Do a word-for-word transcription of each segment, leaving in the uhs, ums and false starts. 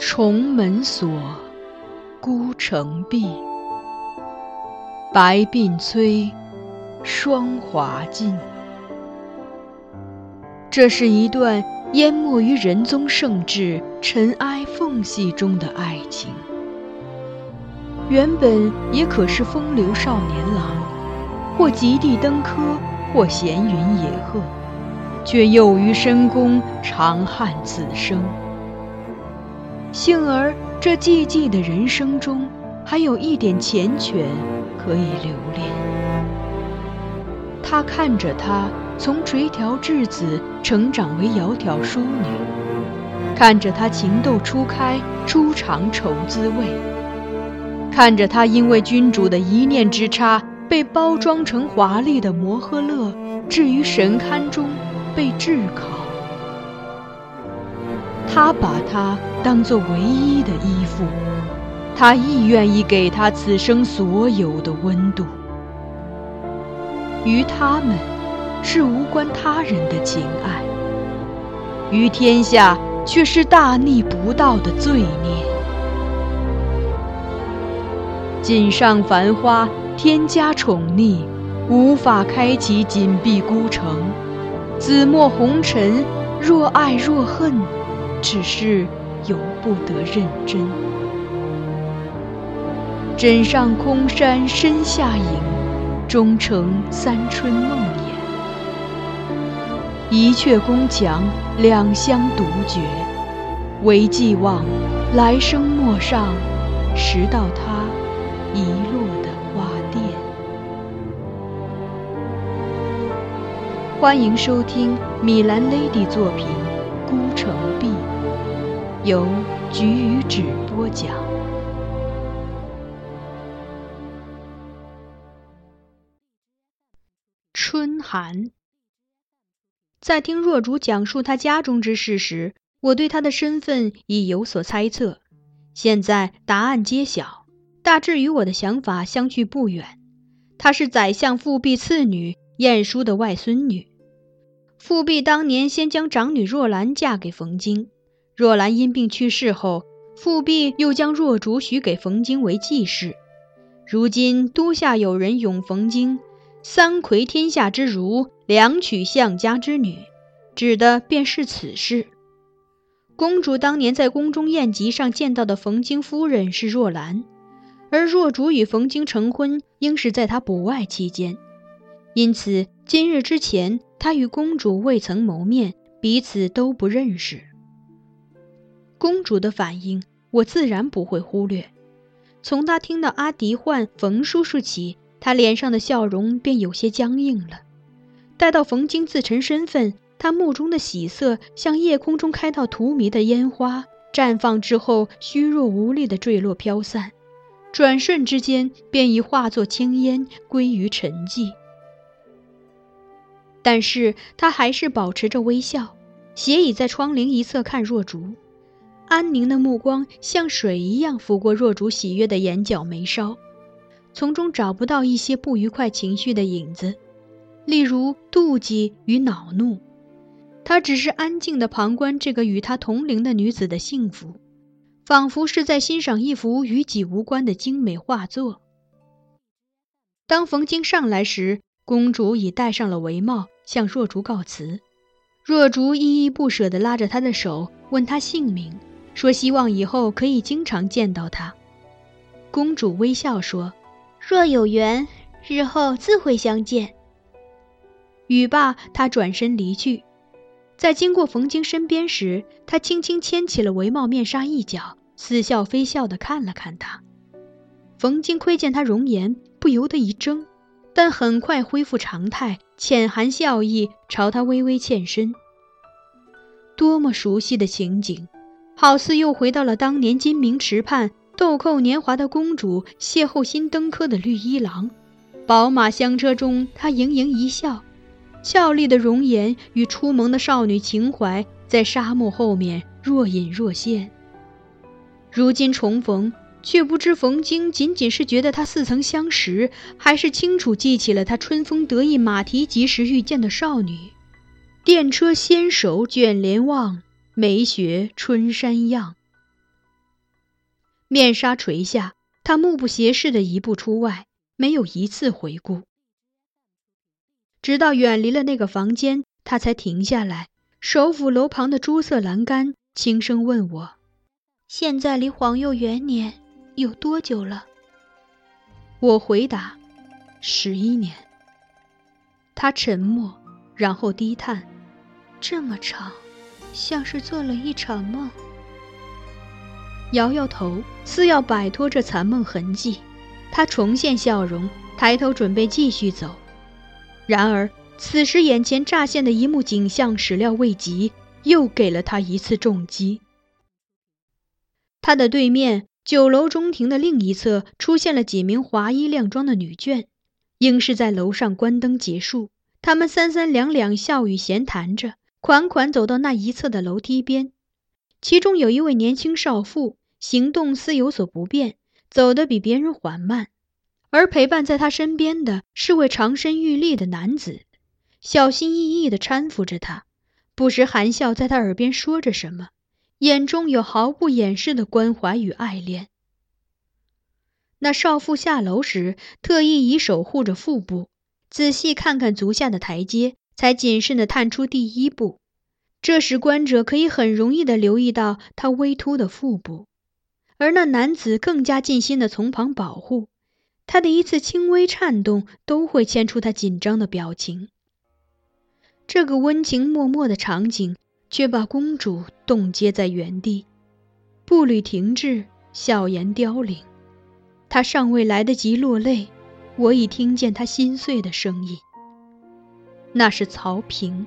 重门锁，孤城闭。白鬓催，霜华尽。这是一段淹没于仁宗圣治尘埃缝隙中的爱情。原本也可是风流少年郎，或极地登科，或闲云野鹤，却又于深宫长叹此生。幸而这寂寂的人生中，还有一点缱绻可以留恋。他看着她从垂髫稚子成长为窈窕淑女，看着她情窦初开，初尝愁滋味，看着她因为君主的一念之差，被包装成华丽的摩诃勒，置于神龛中被炙烤。他把她当作唯一的依附，他亦愿意给她此生所有的温度。于他们是无关他人的情爱，于天下却是大逆不道的罪孽。锦上繁花，天加宠溺，无法开启紧闭孤城。紫陌红尘，若爱若恨，只是由不得认真。枕上空山深下影，终成三春梦魇。一阙宫墙，两相独绝，唯寄望来生陌上拾到他遗落的花钿。欢迎收听米兰 Lady 作品《孤城闭》，由菊与纸播讲。春寒。在听若竹讲述他家中之事时，我对他的身份已有所猜测。现在答案揭晓，大致与我的想法相去不远。她是宰相富弼次女晏殊的外孙女。富弼当年先将长女若兰嫁给冯京，若兰因病去世后，富弼又将若竹许给冯京为继室。如今都下有人咏冯京三魁天下之儒，两娶相家之女，指的便是此事。公主当年在宫中宴集上见到的冯京夫人是若兰，而若竹与冯京成婚应是在她不外期间，因此今日之前她与公主未曾谋面，彼此都不认识。公主的反应我自然不会忽略，从她听到阿迪唤冯叔叔起，她脸上的笑容便有些僵硬了。待到冯京自陈身份，她目中的喜色像夜空中开到荼蘼的烟花，绽放之后虚弱无力地坠落飘散，转瞬之间便已化作青烟，归于沉寂。但是她还是保持着微笑，斜倚在窗棂一侧看若竹，安宁的目光像水一样拂过若竹喜悦的眼角眉梢，从中找不到一些不愉快情绪的影子，例如妒忌与恼怒。他只是安静地旁观这个与他同龄的女子的幸福，仿佛是在欣赏一幅与己无关的精美画作。当冯京上来时，公主已戴上了帷帽，向若竹告辞。若竹依依不舍地拉着他的手，问他姓名，说希望以后可以经常见到他。公主微笑说， 若有缘，日后自会相见。 语罢，她转身离去。在经过冯京身边时，她轻轻牵起了帷帽面纱一角，似笑非笑地看了看他。冯京窥见她容颜，不由得一怔，但很快恢复常态，浅含笑意，朝他微微欠身。多么熟悉的情景，好似又回到了当年金明池畔豆蔻年华的公主邂逅新登科的绿衣郎。宝马香车中，她盈盈一笑，俏丽的容颜与初萌的少女情怀在沙漠后面若隐若现。如今重逢，却不知冯京仅仅是觉得她似曾相识，还是清楚记起了她春风得意马蹄疾时遇见的少女。电车纤手卷帘望，梅雪春山样。 面纱垂下，他目不斜视地一步出外，没有一次回顾。直到远离了那个房间，他才停下来，手抚楼旁的朱色栏杆，轻声问我： 现在离皇佑元年有多久了？ 我回答：十一年。他沉默，然后低叹： 这么长，像是做了一场梦。 摇摇头，似要摆脱这残梦痕迹。他重现笑容，抬头准备继续走。然而此时眼前乍现的一幕景象始料未及，又给了他一次重击。他的对面，酒楼中庭的另一侧，出现了几名华衣靓装的女眷，应是在楼上关灯结束。他们三三两两笑语闲谈着，款款走到那一侧的楼梯边。其中有一位年轻少妇，行动似有所不便，走得比别人缓慢，而陪伴在她身边的是位长身玉立的男子，小心翼翼地搀扶着她，不时含笑在她耳边说着什么，眼中有毫不掩饰的关怀与爱恋。那少妇下楼时，特意以手护着腹部，仔细看看足下的台阶，才谨慎地探出第一步。这时观者可以很容易地留意到她微凸的腹部，而那男子更加尽心地从旁保护，他的一次轻微颤动都会牵出他紧张的表情。这个温情脉脉的场景却把公主冻结在原地，步履停滞，笑颜凋零。她尚未来得及落泪，我已听见她心碎的声音。那是曹平。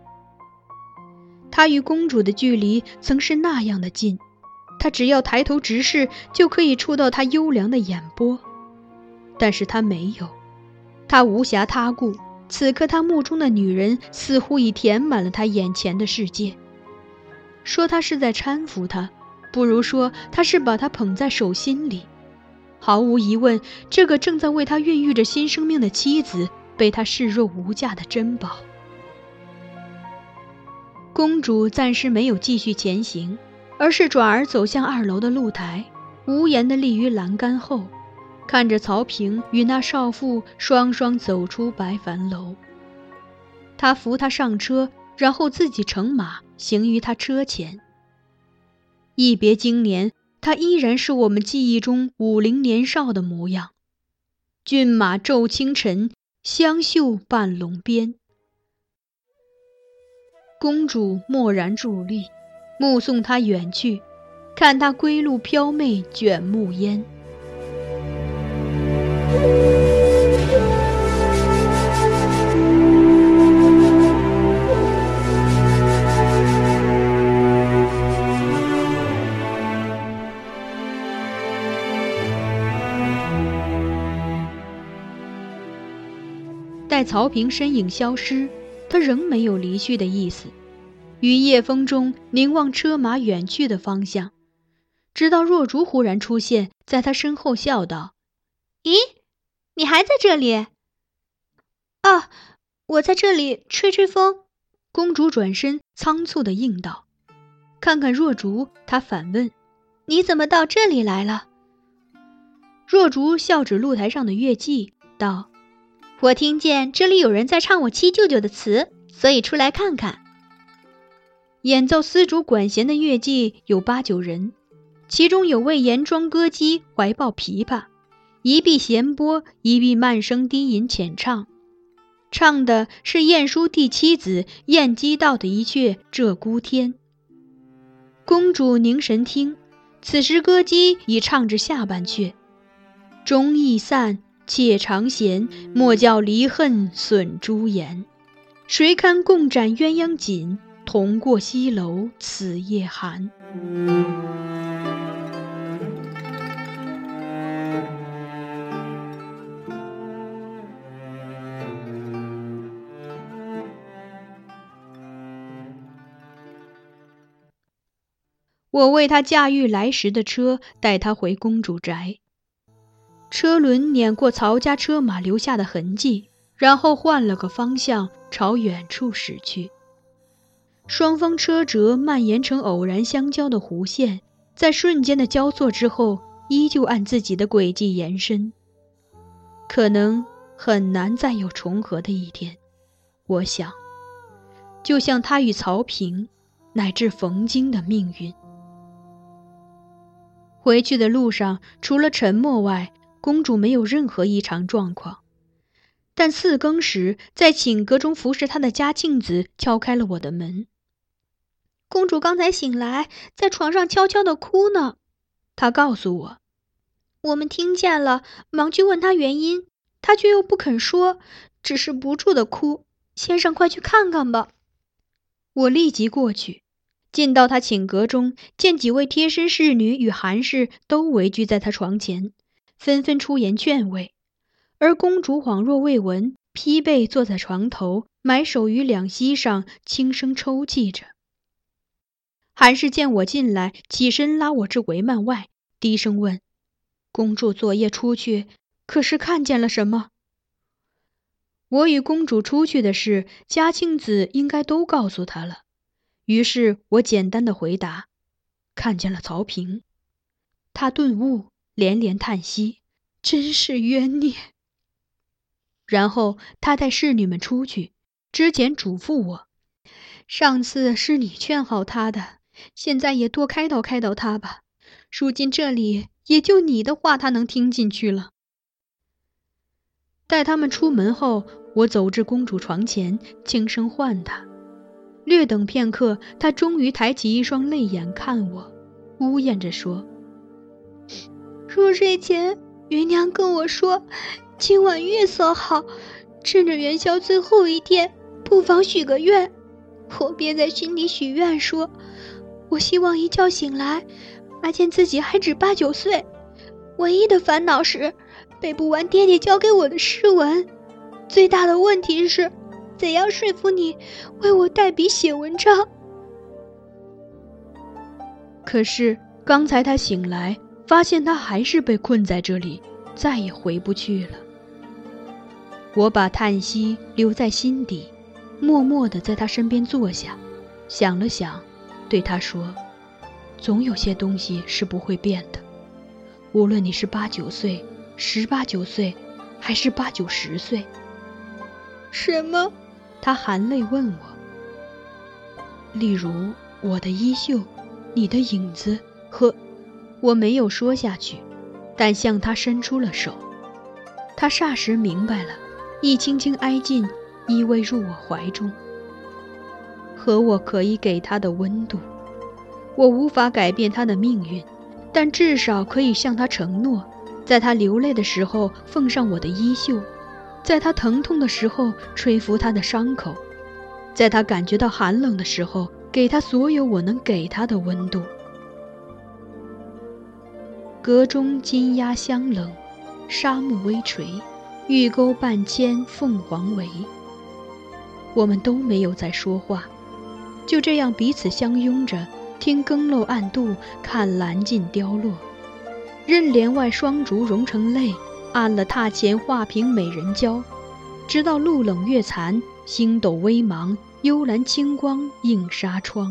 他与公主的距离曾是那样的近，他只要抬头直视，就可以触到她幽凉的眼波。但是他没有，他无暇他顾，此刻他目中的女人似乎已填满了他眼前的世界。说他是在搀扶他，不如说他是把他捧在手心里。毫无疑问，这个正在为他孕育着新生命的妻子，被他视若无价的珍宝。公主暂时没有继续前行，而是转而走向二楼的露台，无言地立于栏杆后，看着曹平与那少妇双双走出白帆楼。他扶她上车，然后自己乘马行于她车前。一别经年，他依然是我们记忆中武陵年少的模样，骏马骤清晨，香袖伴龙鞭。公主默然伫立，目送他远去，看他归路飘媚，卷暮烟。待曹平身影消失，他仍没有离去的意思，于夜风中凝望车马远去的方向，直到若竹忽然出现，在他身后笑道： 咦，你还在这里？啊，我在这里吹吹风。 公主转身仓促地应道。看看若竹，她反问： 你怎么到这里来了？ 若竹笑指露台上的乐伎道： 我听见这里有人在唱我七舅舅的词，所以出来看看。 演奏丝竹管弦的乐伎有八九人，其中有位严庄歌姬怀抱琵琶，一臂弦拨，一臂慢声低吟浅唱，唱的是晏殊第七子晏几道的一阙《鹧鸪天》。公主凝神听，此时歌姬已唱至下半阙：钟意散，妾长闲，莫教离恨损朱颜。谁堪共展鸳鸯锦，同过西楼此夜寒。我为他驾驭来时的车，带他回公主宅。车轮碾过曹家车马留下的痕迹，然后换了个方向，朝远处驶去。双方车辙蔓延成偶然相交的弧线，在瞬间的交错之后， 依旧按自己的轨迹延伸。可能很难再有重合的一天，我想，就像他与曹平乃至冯京的命运。回去的路上，除了沉默外，公主没有任何异常状况。但四更时，在寝阁中服侍她的嘉庆子敲开了我的门。 公主刚才醒来，在床上悄悄地哭呢， 她告诉我。 我们听见了，忙去问她原因，她却又不肯说，只是不住地哭。先生，快去看看吧。 我立即过去，进到她寝阁中，见几位贴身侍女与韩氏都围聚在她床前，纷纷出言劝慰。而公主恍若未闻，披被坐在床头，埋首于两膝上，轻声抽泣着。韩氏见我进来，起身拉我至帷幔外，低声问：公主昨夜出去，可是看见了什么？我与公主出去的事，嘉庆子应该都告诉她了。于是我简单的回答：看见了曹平。她顿悟，连连叹息：真是冤孽。然后他带侍女们出去，之前嘱咐我：上次是你劝好他的，现在也多开导开导他吧。如今这里也就你的话他能听进去了。待他们出门后，我走至公主床前，轻声唤她。略等片刻，她终于抬起一双泪眼看我，呜咽着说： 入睡前芸娘跟我说，今晚月色好，趁着元宵最后一天，不妨许个愿。我便在心里许愿说，我希望一觉醒来，发现自己还只八九岁，唯一的烦恼是背不完爹爹教给我的诗文，最大的问题是怎样说服你为我代笔写文章。 可是刚才他醒来，发现他还是被困在这里，再也回不去了。我把叹息留在心底，默默地在他身边坐下，想了想，对他说：总有些东西是不会变的，无论你是八九岁、十八九岁，还是八九十岁。 什么？ 他含泪问我。例如我的衣袖，你的影子和……我没有说下去，但向他伸出了手。他霎时明白了，一轻轻挨近，依偎入我怀中。和我可以给他的温度，我无法改变他的命运，但至少可以向他承诺，在他流泪的时候奉上我的衣袖，在他疼痛的时候吹拂他的伤口，在他感觉到寒冷的时候给他所有我能给他的温度。阁中金鸦香冷，沙木微垂，玉钩半牵凤凰围。我们都没有再说话，就这样彼此相拥着，听更漏暗度，看蓝尽凋落。任帘外双烛融成泪，暗了榻前画屏美人娇。直到路冷月残，星斗微茫，幽蓝清光映纱窗。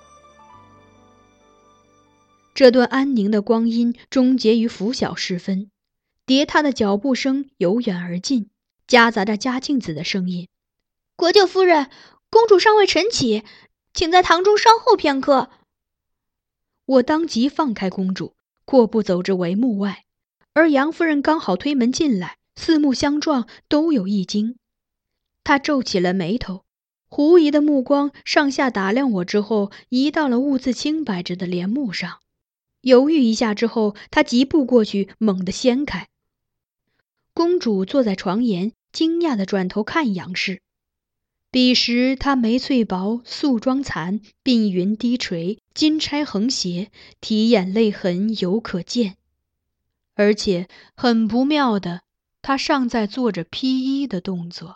这段安宁的光阴终结于拂晓时分，叠踏的脚步声由远而近，夹杂着嘉庆子的声音： 国舅夫人，公主尚未晨起，请在堂中稍候片刻。 我当即放开公主，阔步走至帷幕外，而杨夫人刚好推门进来，四目相撞，都有一惊。她皱起了眉头，狐疑的目光上下打量我之后，移到了兀自清白着的帘幕上。犹豫一下之后，她疾步过去，猛地掀开。公主坐在床沿，惊讶地转头看杨氏。彼时她眉翠薄，素妆残，鬓云低垂，金钗横斜，提眼泪痕犹可见。而且很不妙的，她尚在做着披衣的动作。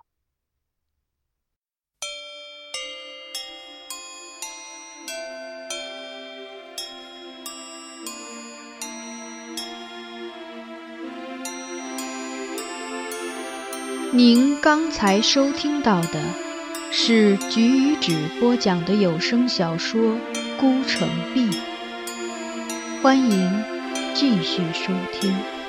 您刚才收听到的是菊与纸播讲的有声小说《孤城闭》，欢迎继续收听。